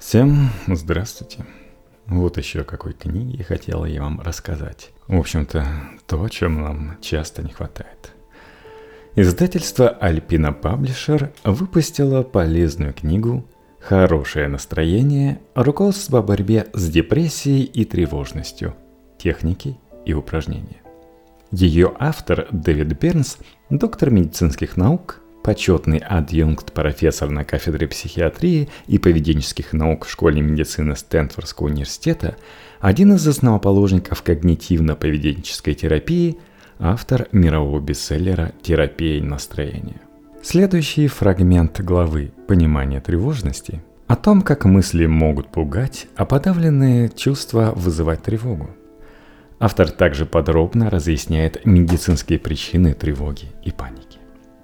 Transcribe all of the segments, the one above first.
Всем здравствуйте. Вот еще о какой книге хотела я вам рассказать. В общем-то, то, о чем нам часто не хватает. Издательство Alpina Publisher выпустило полезную книгу «Хорошее настроение. Руководство по борьбе с депрессией и тревожностью. Техники и упражнения». Ее автор Дэвид Бернс, доктор медицинских наук, почетный адъюнкт-профессор на кафедре психиатрии и поведенческих наук в школе медицины Стэнфордского университета, один из основоположников когнитивно-поведенческой терапии, автор мирового бестселлера «Терапия настроения». Следующий фрагмент главы «Понимание тревожности» о том, как мысли могут пугать, а подавленные чувства вызывать тревогу. Автор также подробно разъясняет медицинские причины тревоги и паники.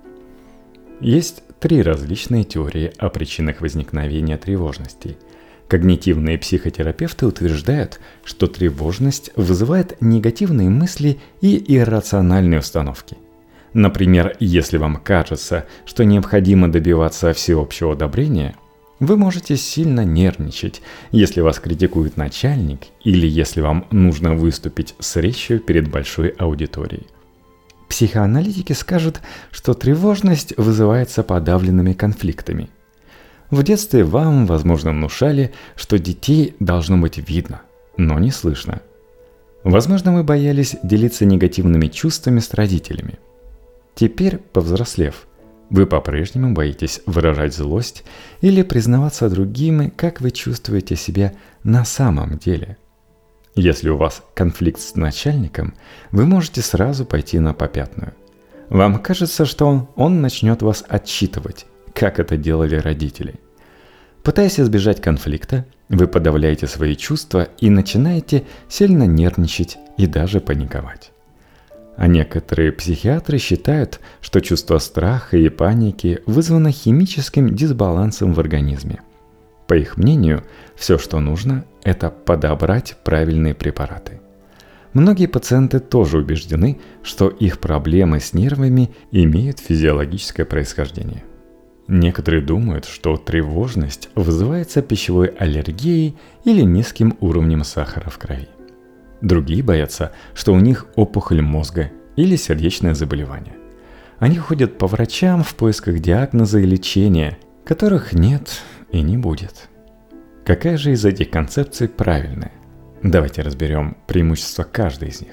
Есть 3 различные теории о причинах возникновения тревожности. Когнитивные психотерапевты утверждают, что тревожность вызывает негативные мысли и иррациональные установки. Например, если вам кажется, что необходимо добиваться всеобщего одобрения, вы можете сильно нервничать, если вас критикует начальник или если вам нужно выступить с речью перед большой аудиторией. Психоаналитики скажут, что тревожность вызывается подавленными конфликтами. В детстве вам, возможно, внушали, что детей должно быть видно, но не слышно. Возможно, вы боялись делиться негативными чувствами с родителями. Теперь, повзрослев, вы по-прежнему боитесь выражать злость или признаваться другим, как вы чувствуете себя на самом деле. Если у вас конфликт с начальником, вы можете сразу пойти на попятную. Вам кажется, что он начнет вас отчитывать, как это делали родители. Пытаясь избежать конфликта, вы подавляете свои чувства и начинаете сильно нервничать и даже паниковать. А некоторые психиатры считают, что чувство страха и паники вызвано химическим дисбалансом в организме. По их мнению, все, что нужно, это подобрать правильные препараты. Многие пациенты тоже убеждены, что их проблемы с нервами имеют физиологическое происхождение. Некоторые думают, что тревожность вызывается пищевой аллергией или низким уровнем сахара в крови. Другие боятся, что у них опухоль мозга или сердечное заболевание. Они ходят по врачам в поисках диагноза и лечения, которых нет и не будет. Какая же из этих концепций правильная? Давайте разберем преимущества каждой из них.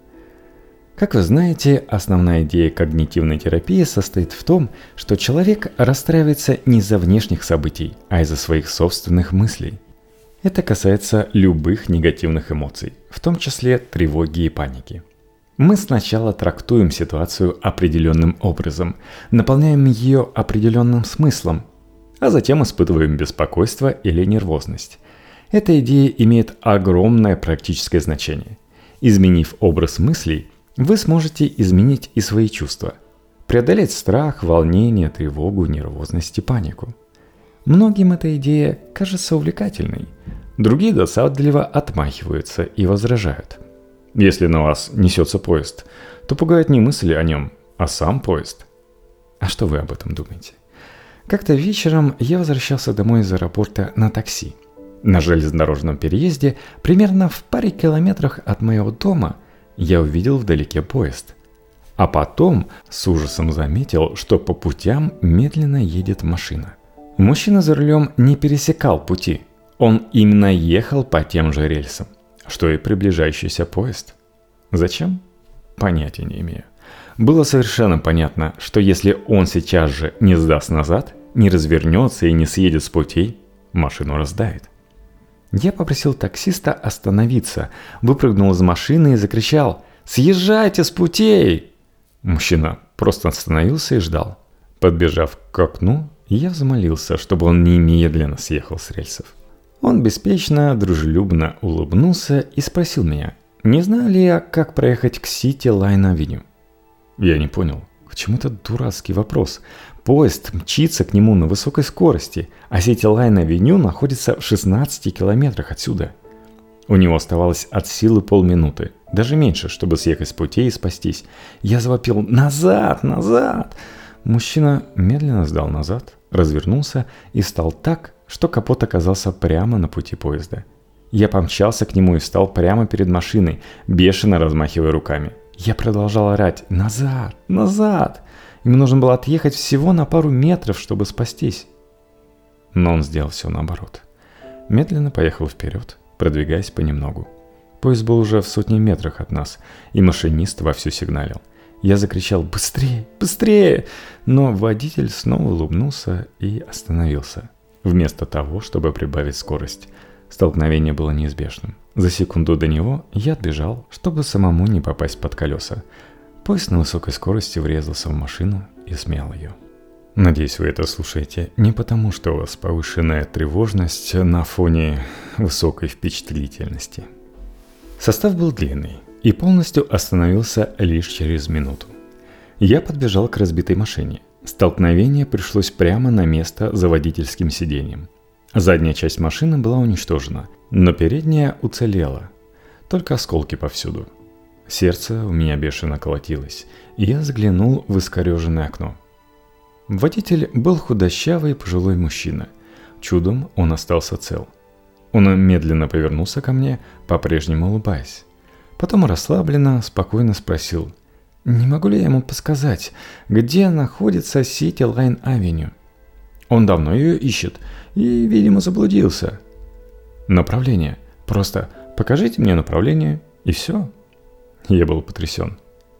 Как вы знаете, основная идея когнитивной терапии состоит в том, что человек расстраивается не из-за внешних событий, а из-за своих собственных мыслей. Это касается любых негативных эмоций, в том числе тревоги и паники. Мы сначала трактуем ситуацию определенным образом, наполняем ее определенным смыслом, а затем испытываем беспокойство или нервозность. Эта идея имеет огромное практическое значение. Изменив образ мыслей, вы сможете изменить и свои чувства, преодолеть страх, волнение, тревогу, нервозность и панику. Многим эта идея кажется увлекательной, другие досадливо отмахиваются и возражают. Если на вас несется поезд, то пугает не мысли о нем, а сам поезд. А что вы об этом думаете? Как-то вечером я возвращался домой из аэропорта на такси. На железнодорожном переезде, примерно в паре километрах от моего дома, я увидел вдалеке поезд. А потом с ужасом заметил, что по путям медленно едет машина. Мужчина за рулем не пересекал пути. Он именно ехал по тем же рельсам, что и приближающийся поезд. Зачем? Понятия не имею. Было совершенно понятно, что если он сейчас же не сдаст назад, не развернется и не съедет с путей, машину раздавит. Я попросил таксиста остановиться, выпрыгнул из машины и закричал: «Съезжайте с путей!» Мужчина просто остановился и ждал. Подбежав к окну, я взмолился, чтобы он немедленно съехал с рельсов. Он беспечно, дружелюбно улыбнулся и спросил меня, не знаю ли я, как проехать к City Line Avenue. Я не понял, к чему этот дурацкий вопрос. Поезд мчится к нему на высокой скорости, а City Line Avenue находится в 16 километрах отсюда. У него оставалось от силы полминуты, даже меньше, чтобы съехать с путей и спастись. Я завопил: «Назад! Назад!» Мужчина медленно сдал назад, развернулся и стал так, что капот оказался прямо на пути поезда. Я помчался к нему и встал прямо перед машиной, бешено размахивая руками. Я продолжал орать: «Назад! Назад!» Ему нужно было отъехать всего на пару метров, чтобы спастись. Но он сделал все наоборот. Медленно поехал вперед, продвигаясь понемногу. Поезд был уже в 100 метрах от нас, и машинист вовсю сигналил. Я закричал: «Быстрее! Быстрее!» Но водитель снова улыбнулся и остановился, вместо того, чтобы прибавить скорость. Столкновение было неизбежным. За секунду до него я отбежал, чтобы самому не попасть под колеса. Поезд на высокой скорости врезался в машину и смял ее. Надеюсь, вы это слушаете не потому, что у вас повышенная тревожность на фоне высокой впечатлительности. Состав был длинный и полностью остановился лишь через минуту. Я подбежал к разбитой машине. Столкновение пришлось прямо на место за водительским сиденьем. Задняя часть машины была уничтожена, но передняя уцелела. Только осколки повсюду. Сердце у меня бешено колотилось, и я заглянул в искореженное окно. Водитель был худощавый пожилой мужчина. Чудом он остался цел. Он медленно повернулся ко мне, по-прежнему улыбаясь. Потом расслабленно, спокойно спросил: «Не могу ли я ему подсказать, где находится City Line Avenue? Он давно ее ищет и, видимо, заблудился. Направление. Просто покажите мне направление, и все». Я был потрясен.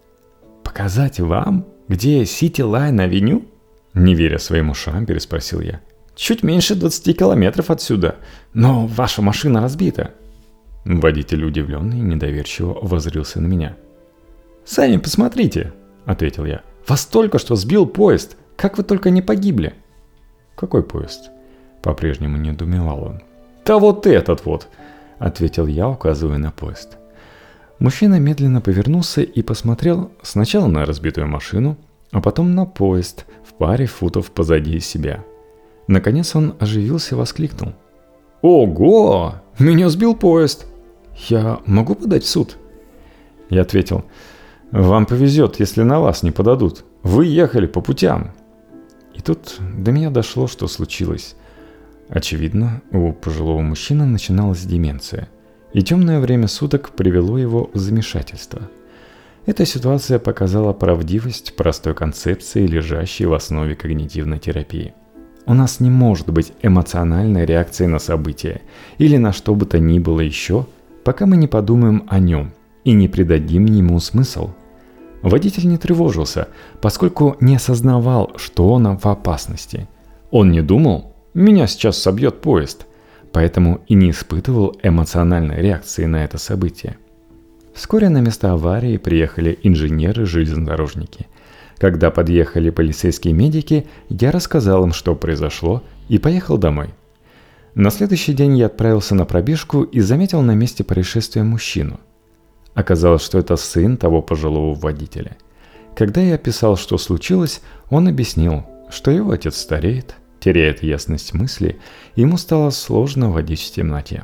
«Показать вам, где City Line Avenue?» Не веря своим ушам, переспросил я. «Чуть меньше 20 километров отсюда, но ваша машина разбита». Водитель, удивленный и недоверчиво воззрился на меня. «Сами посмотрите», — ответил я. «Вас только что сбил поезд. Как вы только не погибли?» «Какой поезд?» — по-прежнему недоумевал он. «Да вот этот вот», — ответил я, указывая на поезд. Мужчина медленно повернулся и посмотрел сначала на разбитую машину, а потом на поезд в паре футов позади себя. Наконец он оживился и воскликнул: «Ого! Меня сбил поезд! Я могу подать в суд?» Я ответил: «Вам повезет, если на вас не подадут. Вы ехали по путям». И тут до меня дошло, что случилось. Очевидно, у пожилого мужчины начиналась деменция, и темное время суток привело его в замешательство. Эта ситуация показала правдивость простой концепции, лежащей в основе когнитивной терапии. У нас не может быть эмоциональной реакции на события или на что бы то ни было еще, пока мы не подумаем о нем и не придадим ему смысл. Водитель не тревожился, поскольку не осознавал, что он в опасности. Он не думал: «Меня сейчас собьет поезд», поэтому и не испытывал эмоциональной реакции на это событие. Вскоре на место аварии приехали инженеры-железнодорожники. Когда подъехали полицейские медики, я рассказал им, что произошло, и поехал домой. На следующий день я отправился на пробежку и заметил на месте происшествия мужчину. Оказалось, что это сын того пожилого водителя. Когда я описал, что случилось, он объяснил, что его отец стареет, теряет ясность мысли, и ему стало сложно водить в темноте.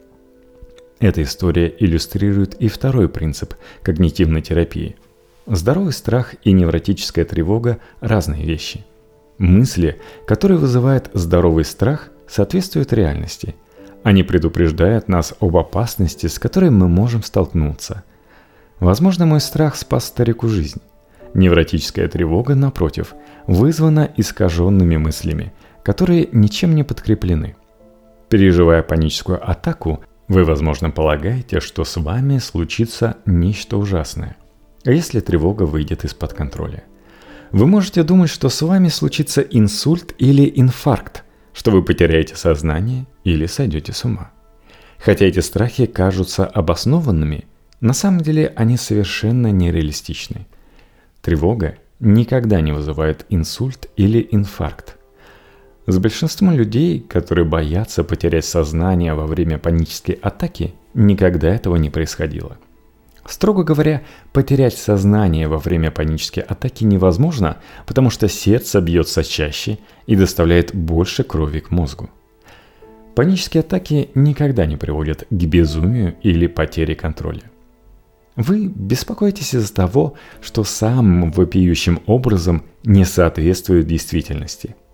Эта история иллюстрирует и второй принцип когнитивной терапии. Здоровый страх и невротическая тревога – разные вещи. Мысли, которые вызывают здоровый страх, соответствуют реальности. Они предупреждают нас об опасности, с которой мы можем столкнуться. Возможно, мой страх спас старику жизнь. Невротическая тревога, напротив, вызвана искаженными мыслями, которые ничем не подкреплены. Переживая паническую атаку, вы, возможно, полагаете, что с вами случится нечто ужасное, если тревога выйдет из-под контроля. Вы можете думать, что с вами случится инсульт или инфаркт, что вы потеряете сознание или сойдете с ума. Хотя эти страхи кажутся обоснованными, на самом деле они совершенно нереалистичны. Тревога никогда не вызывает инсульт или инфаркт. С большинством людей, которые боятся потерять сознание во время панической атаки, никогда этого не происходило. Строго говоря, потерять сознание во время панической атаки невозможно, потому что сердце бьется чаще и доставляет больше крови к мозгу. Панические атаки никогда не приводят к безумию или потере контроля. Вы беспокоитесь из-за того, что самым вопиющим образом не соответствует действительности.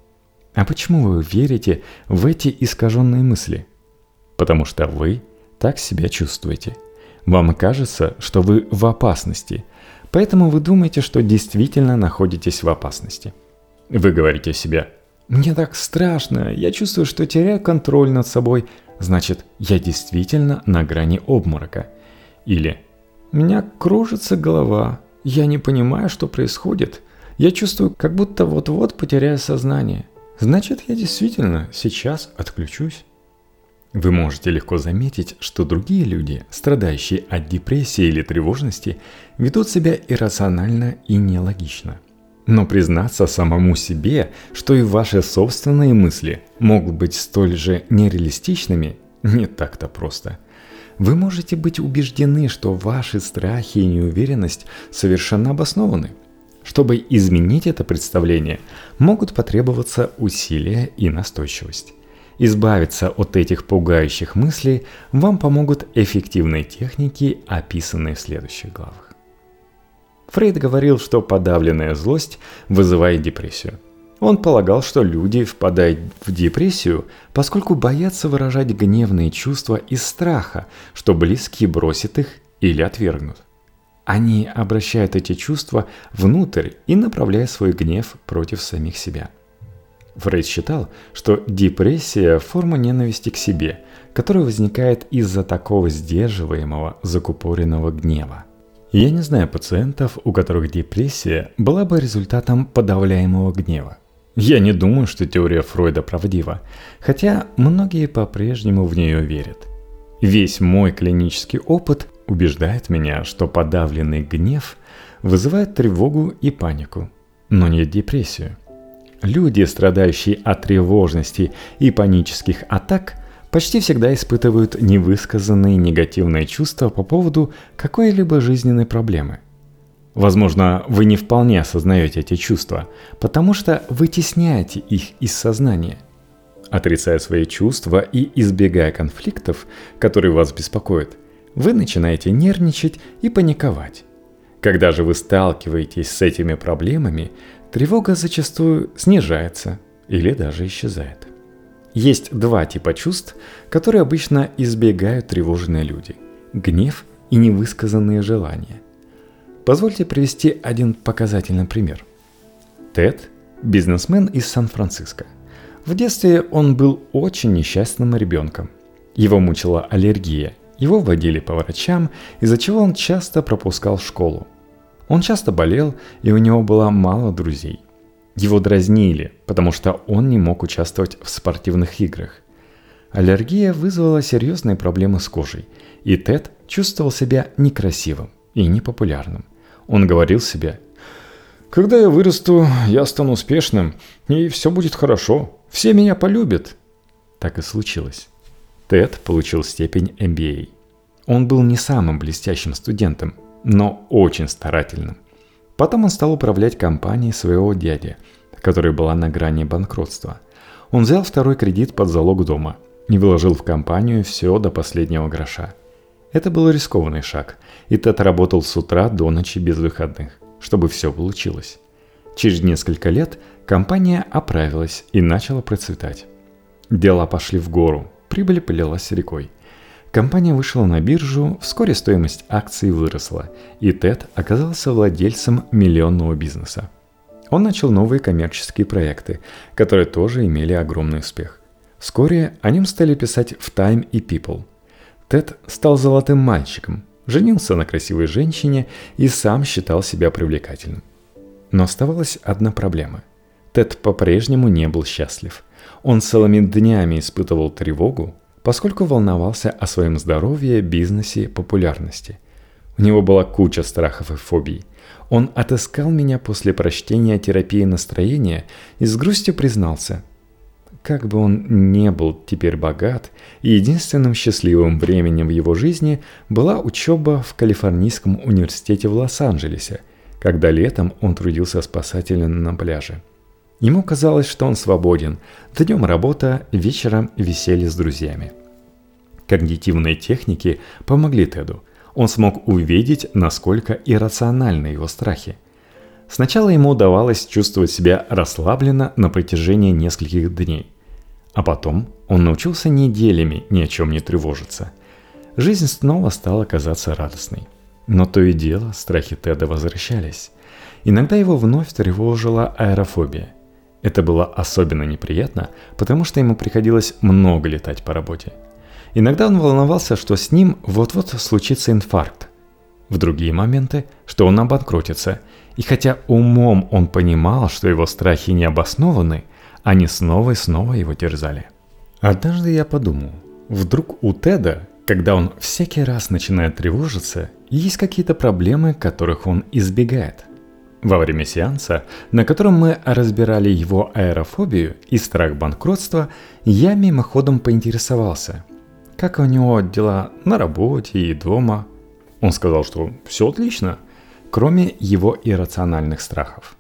А почему вы верите в эти искаженные мысли? Потому что вы так себя чувствуете. Вам кажется, что вы в опасности, поэтому вы думаете, что действительно находитесь в опасности. Вы говорите себе: «Мне так страшно, я чувствую, что теряю контроль над собой, значит, я действительно на грани обморока». Или «У меня кружится голова, я не понимаю, что происходит, я чувствую, как будто вот-вот потеряю сознание, значит, я действительно сейчас отключусь». Вы можете легко заметить, что другие люди, страдающие от депрессии или тревожности, ведут себя иррационально и нелогично. Но признаться самому себе, что и ваши собственные мысли могут быть столь же нереалистичными, не так-то просто. Вы можете быть убеждены, что ваши страхи и неуверенность совершенно обоснованы. Чтобы изменить это представление, могут потребоваться усилия и настойчивость. Избавиться от этих пугающих мыслей вам помогут эффективные техники, описанные в следующих главах. Фрейд говорил, что подавленная злость вызывает депрессию. Он полагал, что люди впадают в депрессию, поскольку боятся выражать гневные чувства из страха, что близкие бросят их или отвергнут. Они обращают эти чувства внутрь и направляют свой гнев против самих себя. Фрейд считал, что депрессия – форма ненависти к себе, которая возникает из-за такого сдерживаемого, закупоренного гнева. Я не знаю пациентов, у которых депрессия была бы результатом подавляемого гнева. Я не думаю, что теория Фройда правдива, хотя многие по-прежнему в нее верят. Весь мой клинический опыт убеждает меня, что подавленный гнев вызывает тревогу и панику, но не депрессию. Люди, страдающие от тревожности и панических атак, почти всегда испытывают невысказанные негативные чувства по поводу какой-либо жизненной проблемы. Возможно, вы не вполне осознаете эти чувства, потому что вытесняете их из сознания. Отрицая свои чувства и избегая конфликтов, которые вас беспокоят, вы начинаете нервничать и паниковать. Когда же вы сталкиваетесь с этими проблемами, тревога зачастую снижается или даже исчезает. Есть два типа чувств, которые обычно избегают тревожные люди – гнев и невысказанные желания. Позвольте привести один показательный пример. Тед – бизнесмен из Сан-Франциско. В детстве он был очень несчастным ребенком. Его мучила аллергия, его водили по врачам, из-за чего он часто пропускал школу. Он часто болел, и у него было мало друзей. Его дразнили, потому что он не мог участвовать в спортивных играх. Аллергия вызвала серьезные проблемы с кожей, и Тед чувствовал себя некрасивым и непопулярным. Он говорил себе: «Когда я вырасту, я стану успешным, и все будет хорошо, все меня полюбят». Так и случилось. Тед получил степень MBA. Он был не самым блестящим студентом, но очень старательным. Потом он стал управлять компанией своего дяди, которая была на грани банкротства. Он взял второй кредит под залог дома и вложил в компанию все до последнего гроша. Это был рискованный шаг, и Тед работал с утра до ночи без выходных, чтобы все получилось. Через несколько лет компания оправилась и начала процветать. Дела пошли в гору, прибыль полилась рекой. Компания вышла на биржу, вскоре стоимость акций выросла, и Тед оказался владельцем миллионного бизнеса. Он начал новые коммерческие проекты, которые тоже имели огромный успех. Вскоре о нем стали писать в Time и People. Тед стал золотым мальчиком, женился на красивой женщине и сам считал себя привлекательным. Но оставалась одна проблема. Тед по-прежнему не был счастлив. Он целыми днями испытывал тревогу, поскольку волновался о своем здоровье, бизнесе, популярности. У него была куча страхов и фобий. Он отыскал меня после прочтения терапии настроения и с грустью признался: как бы он не был теперь богат, единственным счастливым временем в его жизни была учеба в Калифорнийском университете в Лос-Анджелесе, когда летом он трудился спасателем на пляже. Ему казалось, что он свободен. Днем работа, вечером веселье с друзьями. Когнитивные техники помогли Теду. Он смог увидеть, насколько иррациональны его страхи. Сначала ему удавалось чувствовать себя расслабленно на протяжении нескольких дней, а потом он научился неделями ни о чем не тревожиться. Жизнь снова стала казаться радостной. Но то и дело страхи Теда возвращались. Иногда его вновь тревожила аэрофобия. Это было особенно неприятно, потому что ему приходилось много летать по работе. Иногда он волновался, что с ним вот-вот случится инфаркт. В другие моменты, что он обанкротится. И хотя умом он понимал, что его страхи не обоснованы, они снова и снова его терзали. Однажды я подумал, вдруг у Теда, когда он всякий раз начинает тревожиться, есть какие-то проблемы, которых он избегает. Во время сеанса, на котором мы разбирали его аэрофобию и страх банкротства, я мимоходом поинтересовался, как у него дела на работе и дома. Он сказал, что все отлично, кроме его иррациональных страхов.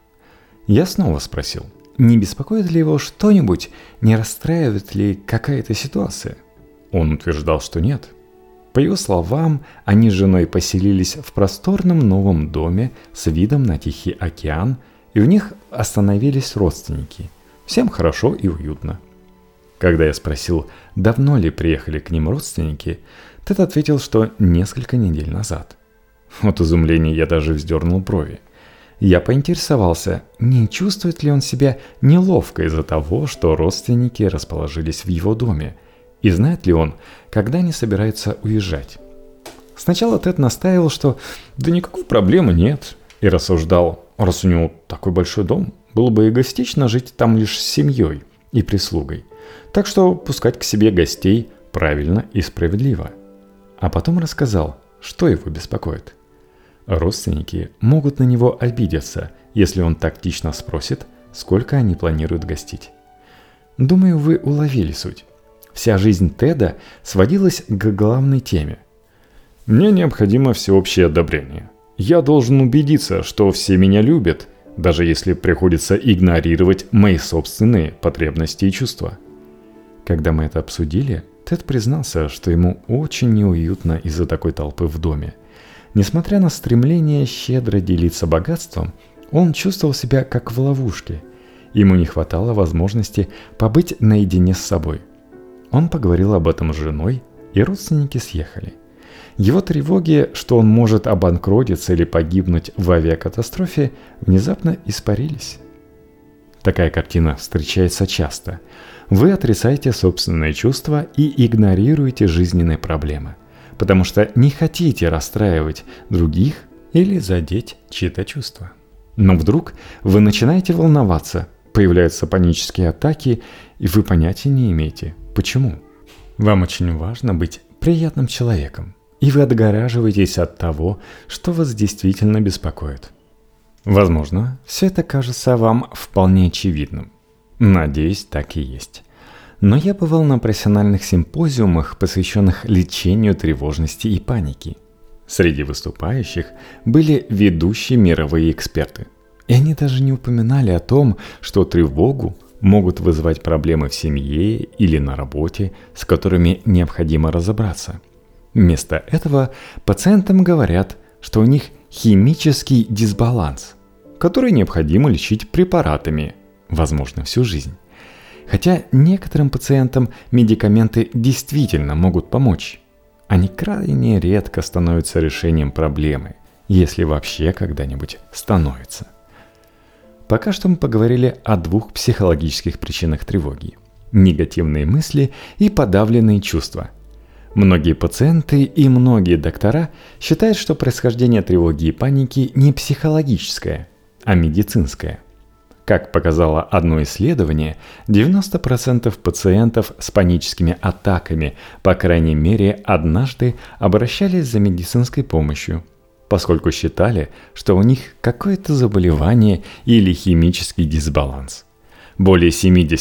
Я снова спросил, не беспокоит ли его что-нибудь, не расстраивает ли какая-то ситуация. Он утверждал, что нет. По его словам, они с женой поселились в просторном новом доме с видом на Тихий океан, и в них остановились родственники. Всем хорошо и уютно. Когда я спросил, давно ли приехали к ним родственники, Тед ответил, что несколько недель назад. От изумления я даже вздернул брови. Я поинтересовался, не чувствует ли он себя неловко из-за того, что родственники расположились в его доме, и знает ли он, когда они собираются уезжать. Сначала Тед настаивал, что да никакой проблемы нет, и рассуждал, раз у него такой большой дом, было бы эгоистично жить там лишь с семьей и прислугой, так что пускать к себе гостей правильно и справедливо. А потом рассказал, что его беспокоит. Родственники могут на него обидеться, если он тактично спросит, сколько они планируют гостить. Думаю, вы уловили суть. Вся жизнь Теда сводилась к главной теме. Мне необходимо всеобщее одобрение. Я должен убедиться, что все меня любят, даже если приходится игнорировать мои собственные потребности и чувства. Когда мы это обсудили, Тед признался, что ему очень неуютно из-за такой толпы в доме. Несмотря на стремление щедро делиться богатством, он чувствовал себя как в ловушке. Ему не хватало возможности побыть наедине с собой. Он поговорил об этом с женой, и родственники съехали. Его тревоги, что он может обанкротиться или погибнуть в авиакатастрофе, внезапно испарились. Такая картина встречается часто. Вы отрицаете собственные чувства и игнорируете жизненные проблемы, потому что не хотите расстраивать других или задеть чьи-то чувства. Но вдруг вы начинаете волноваться, появляются панические атаки, и вы понятия не имеете, почему. Вам очень важно быть приятным человеком, и вы отгораживаетесь от того, что вас действительно беспокоит. Возможно, все это кажется вам вполне очевидным. Надеюсь, так и есть. Но я бывал на профессиональных симпозиумах, посвященных лечению тревожности и паники. Среди выступающих были ведущие мировые эксперты. И они даже не упоминали о том, что тревогу могут вызывать проблемы в семье или на работе, с которыми необходимо разобраться. Вместо этого пациентам говорят, что у них химический дисбаланс, который необходимо лечить препаратами, возможно, всю жизнь. Хотя некоторым пациентам медикаменты действительно могут помочь, они крайне редко становятся решением проблемы, если вообще когда-нибудь становятся. Пока что мы поговорили о двух психологических причинах тревоги – негативные мысли и подавленные чувства. Многие пациенты и многие доктора считают, что происхождение тревоги и паники не психологическое, а медицинское. Как показало одно исследование, 90% пациентов с паническими атаками, по крайней мере, однажды обращались за медицинской помощью, поскольку считали, что у них какое-то заболевание или химический дисбаланс. Более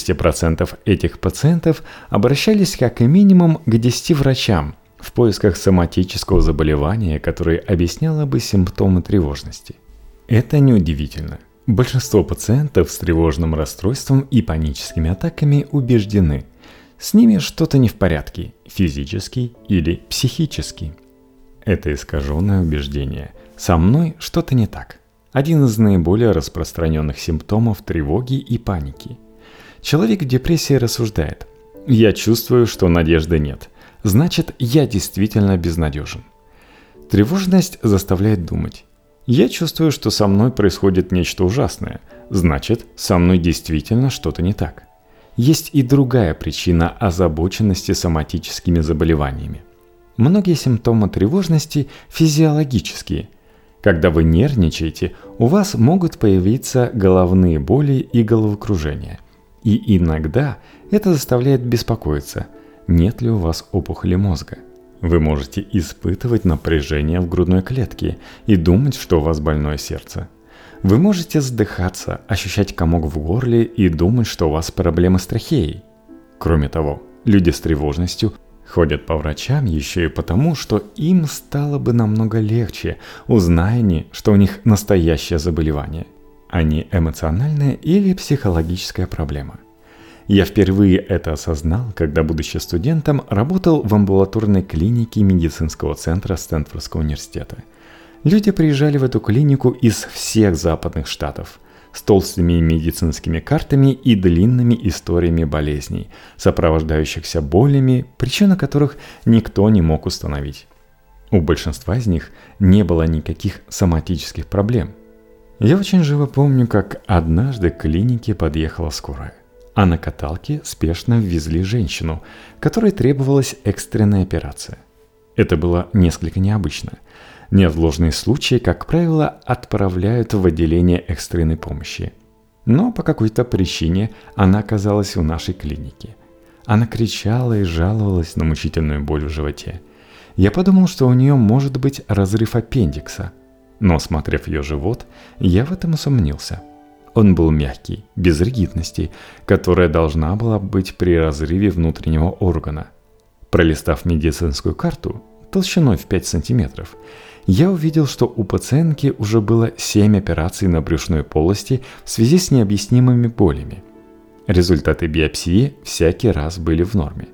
70% этих пациентов обращались как минимум к 10 врачам в поисках соматического заболевания, которое объясняло бы симптомы тревожности. Это неудивительно. Большинство пациентов с тревожным расстройством и паническими атаками убеждены, с ними что-то не в порядке, физически или психически. Это искаженное убеждение. Со мной что-то не так. один из наиболее распространенных симптомов тревоги и паники. Человек в депрессии рассуждает: «Я чувствую, что надежды нет. Значит, я действительно безнадежен». Тревожность заставляет думать: «Я чувствую, что со мной происходит нечто ужасное. Значит, со мной действительно что-то не так». Есть и другая причина озабоченности соматическими заболеваниями. Многие симптомы тревожности физиологические. Когда вы нервничаете, у вас могут появиться головные боли и головокружение. И иногда это заставляет беспокоиться, нет ли у вас опухоли мозга. Вы можете испытывать напряжение в грудной клетке и думать, что у вас больное сердце. Вы можете задыхаться, ощущать комок в горле и думать, что у вас проблемы с трахеей. Кроме того, люди с тревожностью ходят по врачам еще и потому, что им стало бы намного легче, узная они, что у них настоящее заболевание, а не эмоциональная или психологическая проблема. Я впервые это осознал, когда, будучи студентом, работал в амбулаторной клинике медицинского центра Стэнфордского университета. Люди приезжали в эту клинику из всех западных штатов с толстыми медицинскими картами и длинными историями болезней, сопровождающихся болями, причины которых никто не мог установить. У большинства из них не было никаких соматических проблем. Я очень живо помню, как однажды к клинике подъехала скорая, а на каталке спешно ввезли женщину, которой требовалась экстренная операция. Это было несколько необычно. Неотложные случаи, как правило, отправляют в отделение экстренной помощи. Но по какой-то причине она оказалась в нашей клинике. Она кричала и жаловалась на мучительную боль в животе. Я подумал, что у нее может быть разрыв аппендикса. Но, осмотрев ее живот, я в этом усомнился. Он был мягкий, без ригидности, которая должна была быть при разрыве внутреннего органа. Пролистав медицинскую карту толщиной в 5 сантиметров, я увидел, что у пациентки уже было 7 операций на брюшной полости в связи с необъяснимыми болями. Результаты биопсии всякий раз были в норме.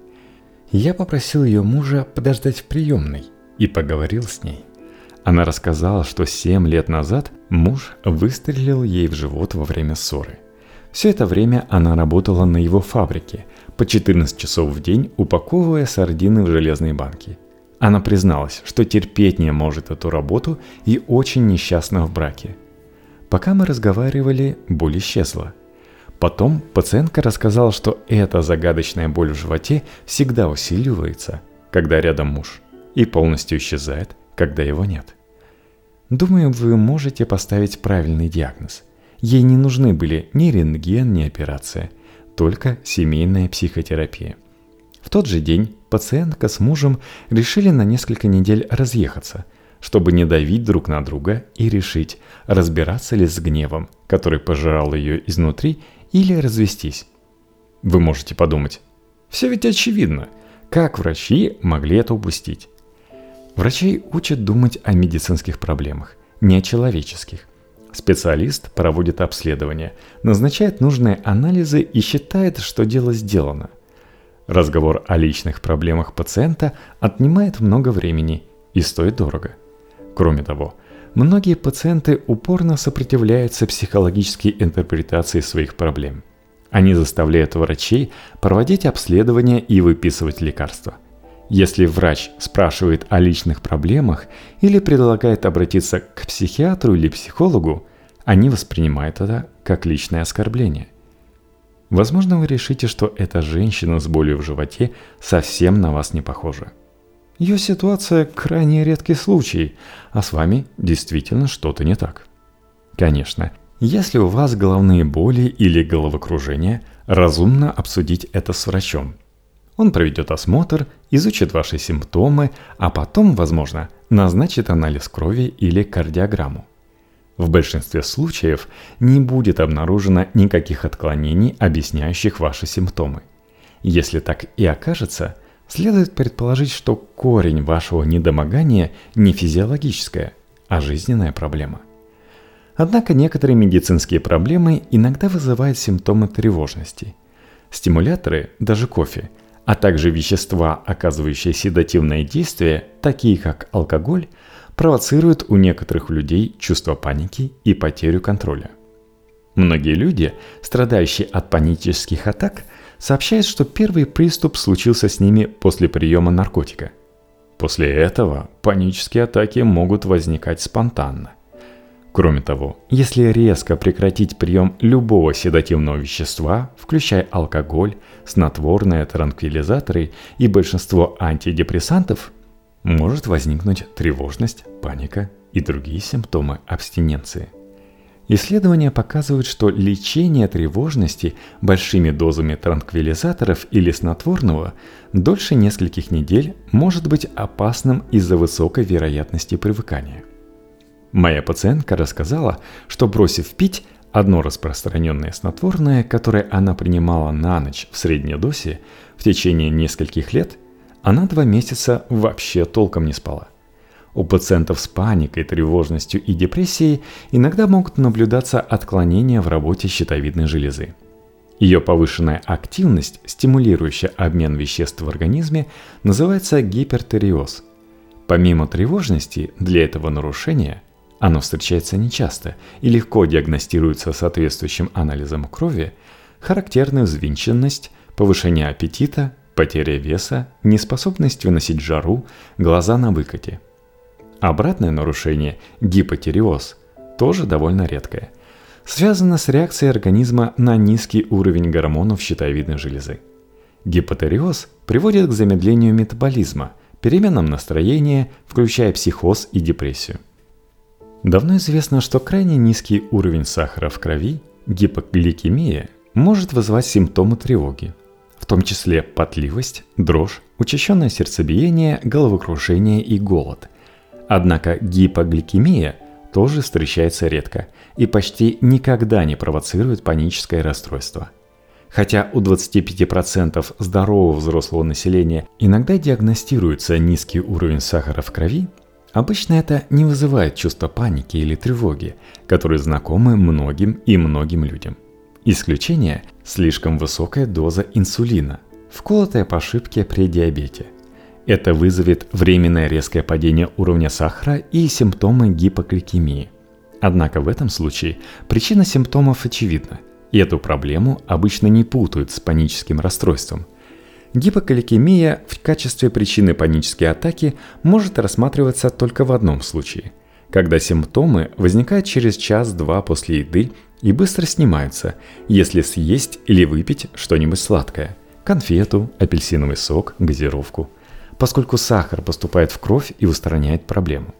Я попросил ее мужа подождать в приемной и поговорил с ней. Она рассказала, что 7 лет назад муж выстрелил ей в живот во время ссоры. Все это время она работала на его фабрике, по 14 часов в день упаковывая сардины в железные банки. Она призналась, что терпеть не может эту работу и очень несчастна в браке. Пока мы разговаривали, боль исчезла. Потом пациентка рассказала, что эта загадочная боль в животе всегда усиливается, когда рядом муж, и полностью исчезает, когда его нет. Думаю, вы можете поставить правильный диагноз. Ей не нужны были ни рентген, ни операция, только семейная психотерапия. В тот же день пациентка с мужем решили на несколько недель разъехаться, чтобы не давить друг на друга и решить, разбираться ли с гневом, который пожирал ее изнутри, или развестись. Вы можете подумать: все ведь очевидно, как врачи могли это упустить? Врачей учат думать о медицинских проблемах, не о человеческих. Специалист проводит обследование, назначает нужные анализы и считает, что дело сделано. Разговор о личных проблемах пациента отнимает много времени и стоит дорого. Кроме того, многие пациенты упорно сопротивляются психологической интерпретации своих проблем. Они заставляют врачей проводить обследования и выписывать лекарства. Если врач спрашивает о личных проблемах или предлагает обратиться к психиатру или психологу, они воспринимают это как личное оскорбление. Возможно, вы решите, что эта женщина с болью в животе совсем на вас не похожа. Ее ситуация – крайне редкий случай, а с вами действительно что-то не так. Конечно, если у вас головные боли или головокружение, разумно обсудить это с врачом. Он проведет осмотр, изучит ваши симптомы, а потом, возможно, назначит анализ крови или кардиограмму. В большинстве случаев не будет обнаружено никаких отклонений, объясняющих ваши симптомы. Если так и окажется, следует предположить, что корень вашего недомогания не физиологическая, а жизненная проблема. Однако некоторые медицинские проблемы иногда вызывают симптомы тревожности. Стимуляторы, даже кофе, а также вещества, оказывающие седативное действие, такие как алкоголь, провоцирует у некоторых людей чувство паники и потерю контроля. Многие люди, страдающие от панических атак, сообщают, что первый приступ случился с ними после приема наркотика. После этого панические атаки могут возникать спонтанно. Кроме того, если резко прекратить прием любого седативного вещества, включая алкоголь, снотворные, транквилизаторы и большинство антидепрессантов, может возникнуть тревожность, паника и другие симптомы абстиненции. Исследования показывают, что лечение тревожности большими дозами транквилизаторов или снотворного дольше нескольких недель может быть опасным из-за высокой вероятности привыкания. Моя пациентка рассказала, что, бросив пить одно распространенное снотворное, которое она принимала на ночь в средней дозе в течение нескольких лет, она 2 месяца вообще толком не спала. У пациентов с паникой, тревожностью и депрессией иногда могут наблюдаться отклонения в работе щитовидной железы. Ее повышенная активность, стимулирующая обмен веществ в организме, называется гипертиреоз. Помимо тревожности, для этого нарушения оно встречается нечасто и легко диагностируется соответствующим анализом крови, характерна взвинченность, повышение аппетита, потеря веса, неспособность выносить жару, глаза на выкате. Обратное нарушение, гипотиреоз, тоже довольно редкое, связано с реакцией организма на низкий уровень гормонов щитовидной железы. Гипотиреоз приводит к замедлению метаболизма, переменам настроения, включая психоз и депрессию. Давно известно, что крайне низкий уровень сахара в крови, гипогликемия, может вызывать симптомы тревоги, в том числе потливость, дрожь, учащенное сердцебиение, головокружение и голод. Однако гипогликемия тоже встречается редко и почти никогда не провоцирует паническое расстройство. Хотя у 25% здорового взрослого населения иногда диагностируется низкий уровень сахара в крови, обычно это не вызывает чувства паники или тревоги, которые знакомы многим и многим людям. Исключение – слишком высокая доза инсулина, вколотая по ошибке при диабете. Это вызовет временное резкое падение уровня сахара и симптомы гипогликемии. Однако в этом случае причина симптомов очевидна, и эту проблему обычно не путают с паническим расстройством. Гипогликемия в качестве причины панической атаки может рассматриваться только в одном случае, когда симптомы возникают через час-два после еды и быстро снимаются, если съесть или выпить что-нибудь сладкое – конфету, апельсиновый сок, газировку, поскольку сахар поступает в кровь и устраняет проблему.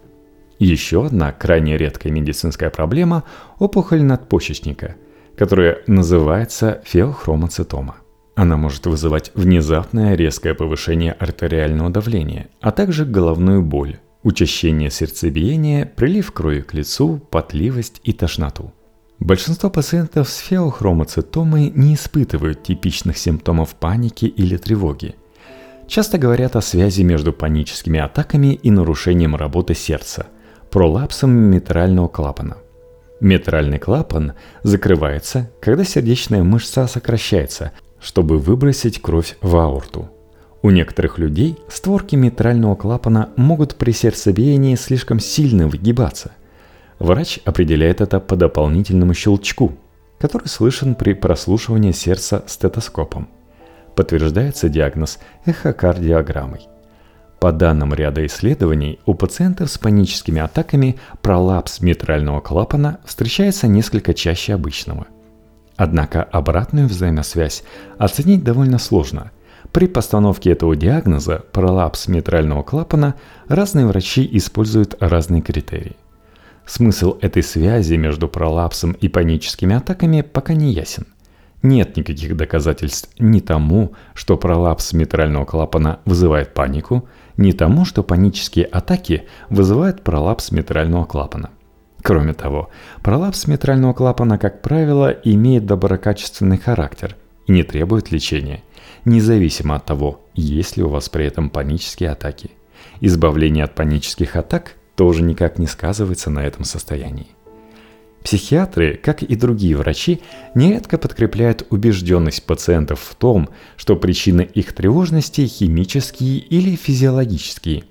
Еще одна крайне редкая медицинская проблема – опухоль надпочечника, которая называется феохромоцитома. Она может вызывать внезапное резкое повышение артериального давления, а также головную боль, учащение сердцебиения, прилив крови к лицу, потливость и тошноту. Большинство пациентов с феохромоцитомой не испытывают типичных симптомов паники или тревоги. Часто говорят о связи между паническими атаками и нарушением работы сердца, пролапсом митрального клапана. Митральный клапан закрывается, когда сердечная мышца сокращается, чтобы выбросить кровь в аорту. У некоторых людей створки митрального клапана могут при сердцебиении слишком сильно выгибаться. Врач определяет это по дополнительному щелчку, который слышен при прослушивании сердца стетоскопом. Подтверждается диагноз эхокардиограммой. По данным ряда исследований, у пациентов с паническими атаками пролапс митрального клапана встречается несколько чаще обычного. Однако обратную взаимосвязь оценить довольно сложно. При постановке этого диагноза пролапс митрального клапана разные врачи используют разные критерии. Смысл этой связи между пролапсом и паническими атаками пока не ясен. Нет никаких доказательств ни тому, что пролапс митрального клапана вызывает панику, ни тому, что панические атаки вызывают пролапс митрального клапана. Кроме того, пролапс митрального клапана, как правило, имеет доброкачественный характер и не требует лечения, независимо от того, есть ли у вас при этом панические атаки. Избавление от панических атак тоже никак не сказывается на этом состоянии. Психиатры, как и другие врачи, нередко подкрепляют убежденность пациентов в том, что причины их тревожности химические или физиологические.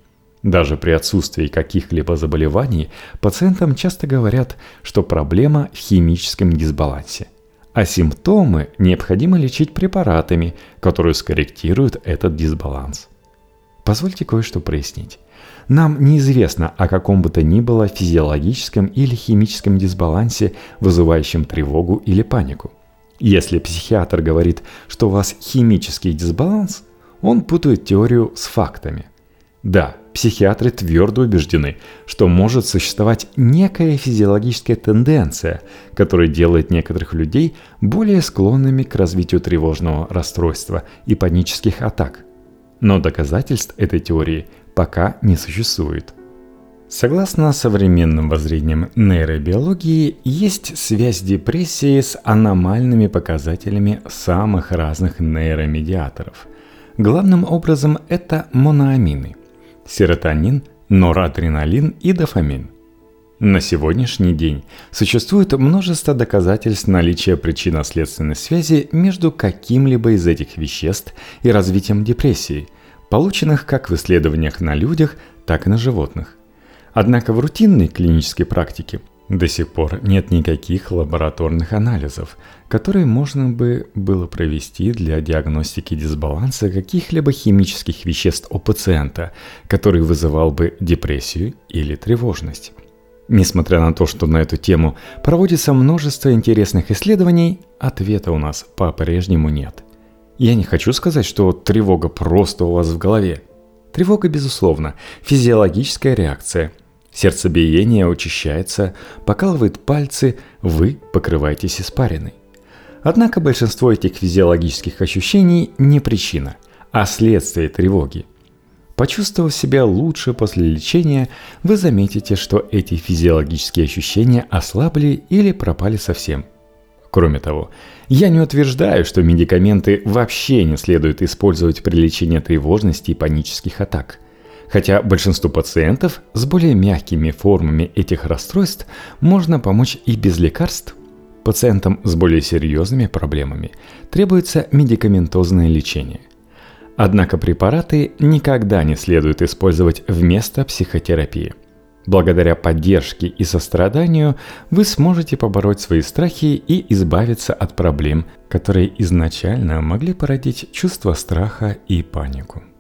Даже при отсутствии каких-либо заболеваний пациентам часто говорят, что проблема в химическом дисбалансе, а симптомы необходимо лечить препаратами, которые скорректируют этот дисбаланс. Позвольте кое-что прояснить. Нам неизвестно о каком бы то ни было физиологическом или химическом дисбалансе, вызывающем тревогу или панику. Если психиатр говорит, что у вас химический дисбаланс, он путает теорию с фактами. Да, психиатры твердо убеждены, что может существовать некая физиологическая тенденция, которая делает некоторых людей более склонными к развитию тревожного расстройства и панических атак. Но доказательств этой теории пока не существует. Согласно современным воззрениям нейробиологии, есть связь депрессии с аномальными показателями самых разных нейромедиаторов. Главным образом это моноамины – серотонин, норадреналин и дофамин. На сегодняшний день существует множество доказательств наличия причинно-следственной связи между каким-либо из этих веществ и развитием депрессии, полученных как в исследованиях на людях, так и на животных. Однако в рутинной клинической практике до сих пор нет никаких лабораторных анализов, которые можно бы было провести для диагностики дисбаланса каких-либо химических веществ у пациента, который вызывал бы депрессию или тревожность. Несмотря на то, что на эту тему проводится множество интересных исследований, ответа у нас по-прежнему нет. Я не хочу сказать, что тревога просто у вас в голове. Тревога, безусловно, физиологическая реакция. Сердцебиение учащается, покалывает пальцы, вы покрываетесь испариной. Однако большинство этих физиологических ощущений не причина, а следствие тревоги. Почувствовав себя лучше после лечения, вы заметите, что эти физиологические ощущения ослабли или пропали совсем. Кроме того, я не утверждаю, что медикаменты вообще не следует использовать при лечении тревожности и панических атак. Хотя большинству пациентов с более мягкими формами этих расстройств можно помочь и без лекарств, пациентам с более серьезными проблемами требуется медикаментозное лечение. Однако препараты никогда не следует использовать вместо психотерапии. Благодаря поддержке и состраданию вы сможете побороть свои страхи и избавиться от проблем, которые изначально могли породить чувство страха и панику.